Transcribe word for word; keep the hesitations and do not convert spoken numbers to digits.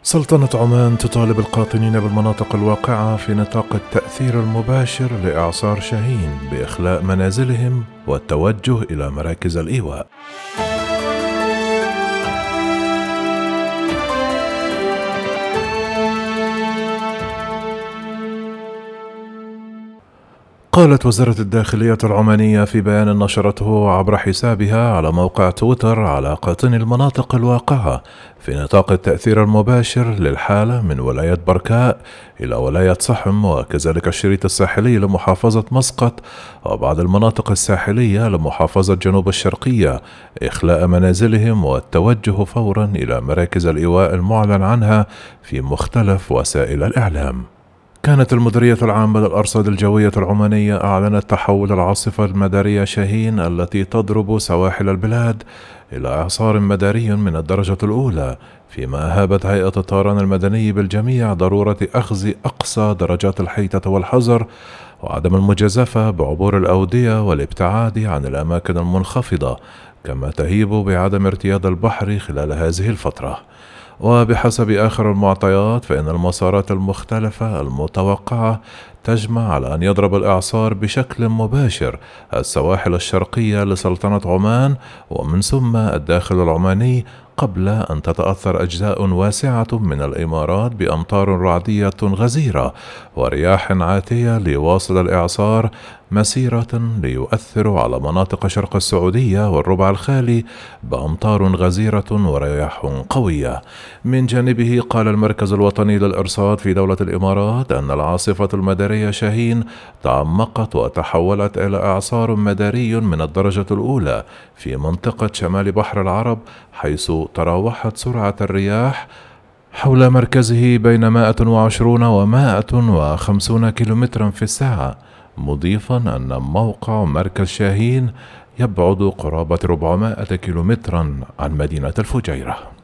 سلطنة عمان تطالب القاطنين بالمناطق الواقعة في نطاق التأثير المباشر لإعصار شاهين بإخلاء منازلهم والتوجه إلى مراكز الإيواء. قالت وزارة الداخلية العمانية في بيان نشرته عبر حسابها على موقع تويتر على قاطني المناطق الواقعة في نطاق التأثير المباشر للحالة من ولاية بركاء إلى ولاية صحم، وكذلك الشريط الساحلي لمحافظة مسقط وبعض المناطق الساحلية لمحافظة جنوب الشرقية إخلاء منازلهم والتوجه فورا إلى مراكز الإيواء المعلن عنها في مختلف وسائل الإعلام. كانت المديرية العامة للأرصاد الجوية العمانية أعلنت تحول العاصفة المدارية شاهين التي تضرب سواحل البلاد إلى إعصار مداري من الدرجة الأولى، فيما أهابت هيئة الطيران المدني بالجميع ضرورة أخذ أقصى درجات الحيطة والحذر وعدم المجازفة بعبور الأودية والابتعاد عن الأماكن المنخفضة، كما تهيب بعدم ارتياد البحر خلال هذه الفترة. وبحسب آخر المعطيات فإن المسارات المختلفة المتوقعة تجمع على أن يضرب الإعصار بشكل مباشر السواحل الشرقية لسلطنة عمان ومن ثم الداخل العماني، قبل أن تتأثر أجزاء واسعة من الإمارات بأمطار رعدية غزيرة ورياح عاتية ليواصل الإعصار مسيرة ليؤثر على مناطق شرق السعودية والربع الخالي بأمطار غزيرة ورياح قوية. من جانبه قال المركز الوطني للإرصاد في دولة الإمارات أن العاصفة المدارية شاهين تعمقت وتحولت إلى إعصار مداري من الدرجة الأولى في منطقة شمال بحر العرب، حيث تراوحت سرعة الرياح حول مركزه بين مائة وعشرين ومائة وخمسين كيلومترا في الساعة، مضيفا أن موقع مركز شاهين يبعد قرابة أربعمائة كيلومترا عن مدينة الفجيرة.